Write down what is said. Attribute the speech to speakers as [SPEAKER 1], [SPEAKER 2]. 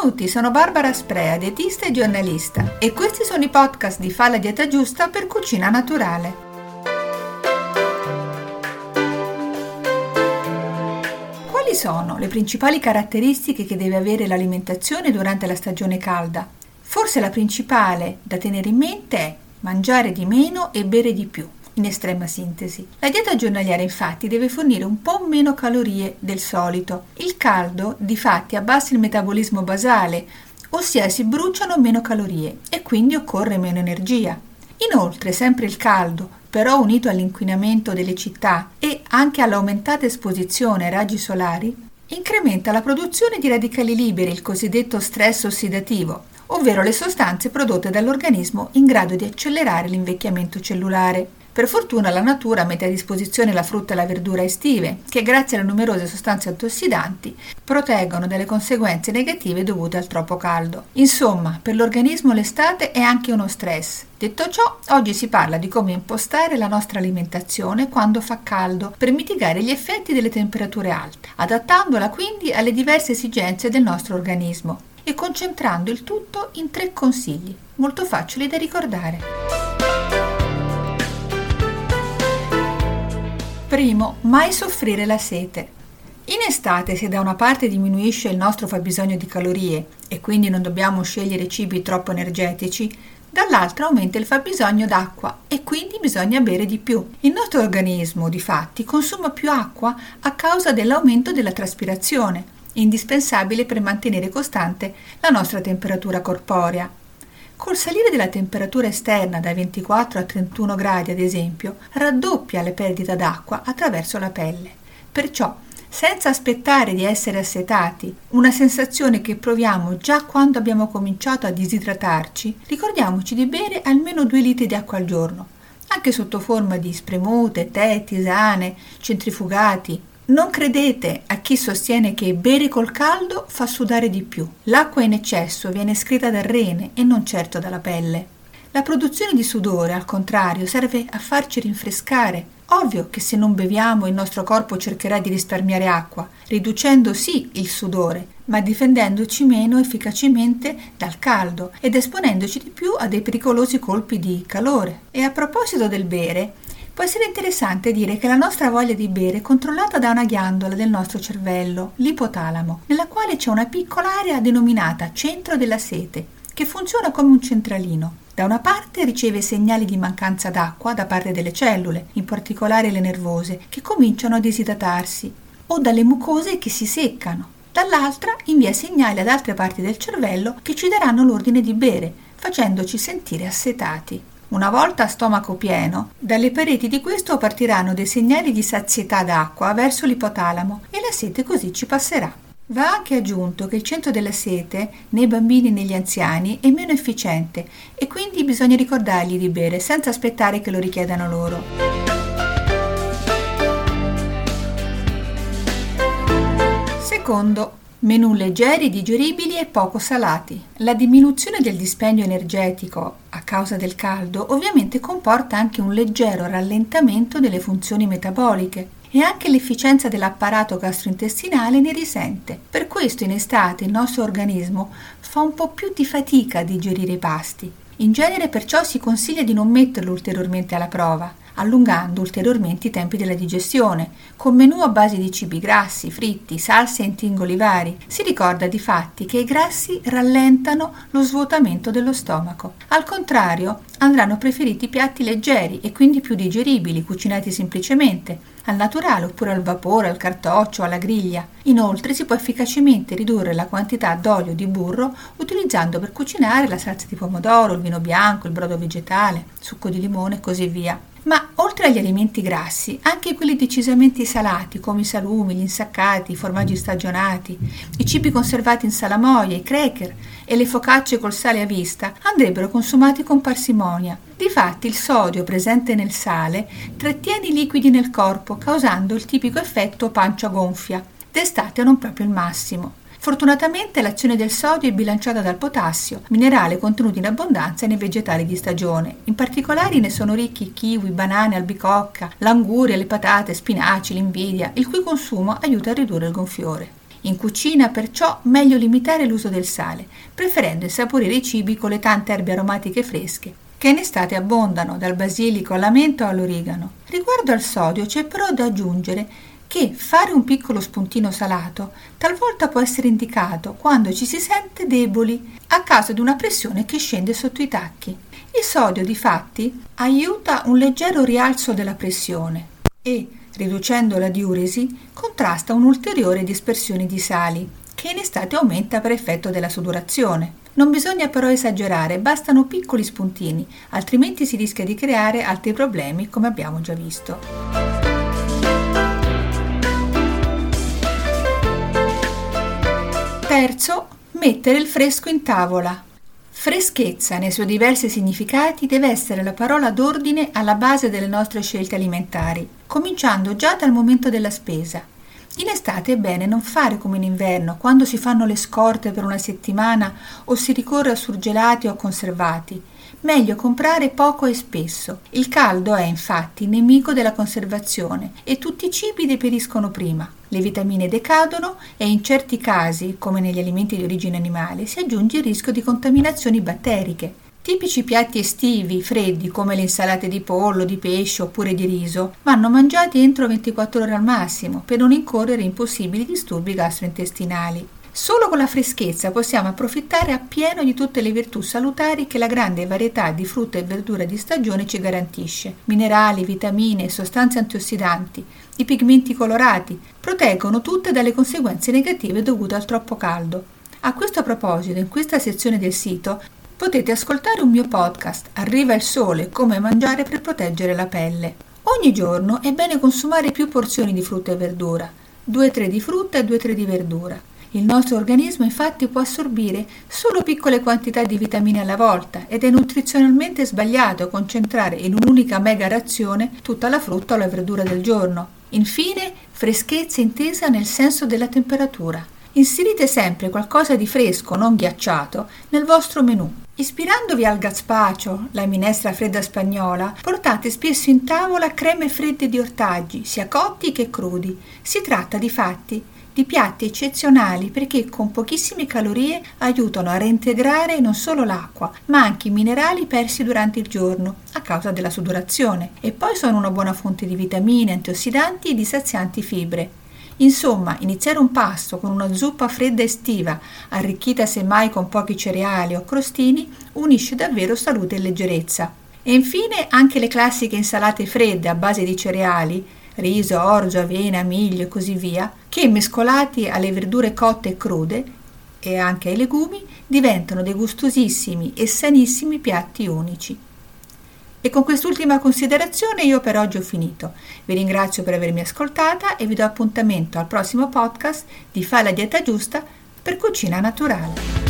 [SPEAKER 1] tutti, sono Barbara Sprea, dietista e giornalista, e questi sono i podcast di Fa la dieta giusta per cucina naturale. Quali sono le principali caratteristiche che deve avere l'alimentazione durante la stagione calda? Forse la principale da tenere in mente è mangiare di meno e bere di più. In estrema sintesi, la dieta giornaliera infatti deve fornire un po' meno calorie del solito. Il caldo difatti abbassa il metabolismo basale, ossia si bruciano meno calorie e quindi occorre meno energia. Inoltre, sempre il caldo, però unito all'inquinamento delle città e anche all'aumentata esposizione ai raggi solari, incrementa la produzione di radicali liberi, il cosiddetto stress ossidativo, ovvero le sostanze prodotte dall'organismo in grado di accelerare l'invecchiamento cellulare. Per fortuna la natura mette a disposizione la frutta e la verdura estive, che grazie alle numerose sostanze antiossidanti proteggono dalle conseguenze negative dovute al troppo caldo. Insomma, per l'organismo l'estate è anche uno stress. Detto ciò, oggi si parla di come impostare la nostra alimentazione quando fa caldo per mitigare gli effetti delle temperature alte, adattandola quindi alle diverse esigenze del nostro organismo e concentrando il tutto in 3 consigli, molto facili da ricordare. Primo, mai soffrire la sete. In estate, se da una parte diminuisce il nostro fabbisogno di calorie e quindi non dobbiamo scegliere cibi troppo energetici, dall'altra aumenta il fabbisogno d'acqua e quindi bisogna bere di più. Il nostro organismo, difatti, consuma più acqua a causa dell'aumento della traspirazione, indispensabile per mantenere costante la nostra temperatura corporea. Col salire della temperatura esterna da 24 a 31 gradi, ad esempio, raddoppia la perdita d'acqua attraverso la pelle. Perciò, senza aspettare di essere assetati, una sensazione che proviamo già quando abbiamo cominciato a disidratarci, ricordiamoci di bere almeno 2 litri di acqua al giorno, anche sotto forma di spremute, tè, tisane, centrifugati. Non credete a chi sostiene che bere col caldo fa sudare di più. L'acqua in eccesso viene escreta dal rene e non certo dalla pelle. La produzione di sudore, al contrario, serve a farci rinfrescare. Ovvio che se non beviamo il nostro corpo cercherà di risparmiare acqua, riducendo sì il sudore, ma difendendoci meno efficacemente dal caldo ed esponendoci di più a dei pericolosi colpi di calore. E a proposito del bere, può essere interessante dire che la nostra voglia di bere è controllata da una ghiandola del nostro cervello, l'ipotalamo, nella quale c'è una piccola area denominata centro della sete, che funziona come un centralino. Da una parte riceve segnali di mancanza d'acqua da parte delle cellule, in particolare le nervose, che cominciano a disidratarsi, o dalle mucose che si seccano. Dall'altra invia segnali ad altre parti del cervello che ci daranno l'ordine di bere, facendoci sentire assetati. Una volta a stomaco pieno, dalle pareti di questo partiranno dei segnali di sazietà d'acqua verso l'ipotalamo e la sete così ci passerà. Va anche aggiunto che il centro della sete, nei bambini e negli anziani, è meno efficiente e quindi bisogna ricordargli di bere senza aspettare che lo richiedano loro. Secondo, menù leggeri, digeribili e poco salati. La diminuzione del dispendio energetico a causa del caldo ovviamente comporta anche un leggero rallentamento delle funzioni metaboliche e anche l'efficienza dell'apparato gastrointestinale ne risente. Per questo in estate il nostro organismo fa un po' più di fatica a digerire i pasti. In genere perciò si consiglia di non metterlo ulteriormente alla prova, allungando ulteriormente i tempi della digestione, con menù a base di cibi grassi, fritti, salse e intingoli vari. Si ricorda difatti che i grassi rallentano lo svuotamento dello stomaco. Al contrario, andranno preferiti piatti leggeri e quindi più digeribili, cucinati semplicemente, al naturale oppure al vapore, al cartoccio, alla griglia. Inoltre si può efficacemente ridurre la quantità d'olio di burro utilizzando per cucinare la salsa di pomodoro, il vino bianco, il brodo vegetale, succo di limone e così via. Ma oltre agli alimenti grassi, anche quelli decisamente salati come i salumi, gli insaccati, i formaggi stagionati, i cibi conservati in salamoia, i cracker e le focacce col sale a vista andrebbero consumati con parsimonia. Difatti il sodio presente nel sale trattiene i liquidi nel corpo causando il tipico effetto pancia gonfia. D'estate non proprio il massimo. Fortunatamente l'azione del sodio è bilanciata dal potassio, minerale contenuto in abbondanza nei vegetali di stagione. In particolare ne sono ricchi kiwi, banane, albicocca, l'anguria, le patate, spinaci, l'invidia, il cui consumo aiuta a ridurre il gonfiore. In cucina, perciò, meglio limitare l'uso del sale, preferendo insaporire i cibi con le tante erbe aromatiche fresche, che in estate abbondano, dal basilico alla menta o all'origano. Riguardo al sodio, c'è però da aggiungere che fare un piccolo spuntino salato talvolta può essere indicato quando ci si sente deboli a causa di una pressione che scende sotto i tacchi. Il sodio, difatti, aiuta un leggero rialzo della pressione e, riducendo la diuresi, contrasta un'ulteriore dispersione di sali, che in estate aumenta per effetto della sudorazione. Non bisogna però esagerare, bastano piccoli spuntini, altrimenti si rischia di creare altri problemi, come abbiamo già visto. Terzo, mettere il fresco in tavola. Freschezza, nei suoi diversi significati, deve essere la parola d'ordine alla base delle nostre scelte alimentari, cominciando già dal momento della spesa. In estate è bene non fare come in inverno, quando si fanno le scorte per una settimana o si ricorre a surgelati o conservati. Meglio comprare poco e spesso. Il caldo è infatti nemico della conservazione e tutti i cibi deperiscono prima. Le vitamine decadono e in certi casi, come negli alimenti di origine animale, si aggiunge il rischio di contaminazioni batteriche. Tipici piatti estivi, freddi, come le insalate di pollo, di pesce oppure di riso, vanno mangiati entro 24 ore al massimo per non incorrere in possibili disturbi gastrointestinali. Solo con la freschezza possiamo approfittare appieno di tutte le virtù salutari che la grande varietà di frutta e verdura di stagione ci garantisce. Minerali, vitamine, sostanze antiossidanti, i pigmenti colorati proteggono tutte dalle conseguenze negative dovute al troppo caldo. A questo proposito, in questa sezione del sito potete ascoltare un mio podcast, Arriva il sole, come mangiare per proteggere la pelle. Ogni giorno è bene consumare più porzioni di frutta e verdura, 2-3 di frutta e 2-3 di verdura. Il nostro organismo infatti può assorbire solo piccole quantità di vitamine alla volta ed è nutrizionalmente sbagliato concentrare in un'unica mega razione tutta la frutta o la verdura del giorno. Infine, freschezza intesa nel senso della temperatura. Inserite sempre qualcosa di fresco, non ghiacciato, nel vostro menù. Ispirandovi al gazpacho, la minestra fredda spagnola, portate spesso in tavola creme fredde di ortaggi, sia cotti che crudi. Si tratta difatti di piatti eccezionali perché con pochissime calorie aiutano a reintegrare non solo l'acqua, ma anche i minerali persi durante il giorno a causa della sudorazione e poi sono una buona fonte di vitamine, antiossidanti e di sazianti fibre. Insomma, iniziare un pasto con una zuppa fredda estiva, arricchita semmai con pochi cereali o crostini, unisce davvero salute e leggerezza. E infine anche le classiche insalate fredde a base di cereali, riso, orzo, avena, miglio e così via, che mescolati alle verdure cotte e crude e anche ai legumi diventano dei gustosissimi e sanissimi piatti unici. E con quest'ultima considerazione io per oggi ho finito. Vi ringrazio per avermi ascoltata e vi do appuntamento al prossimo podcast di Fai la dieta giusta per cucina naturale.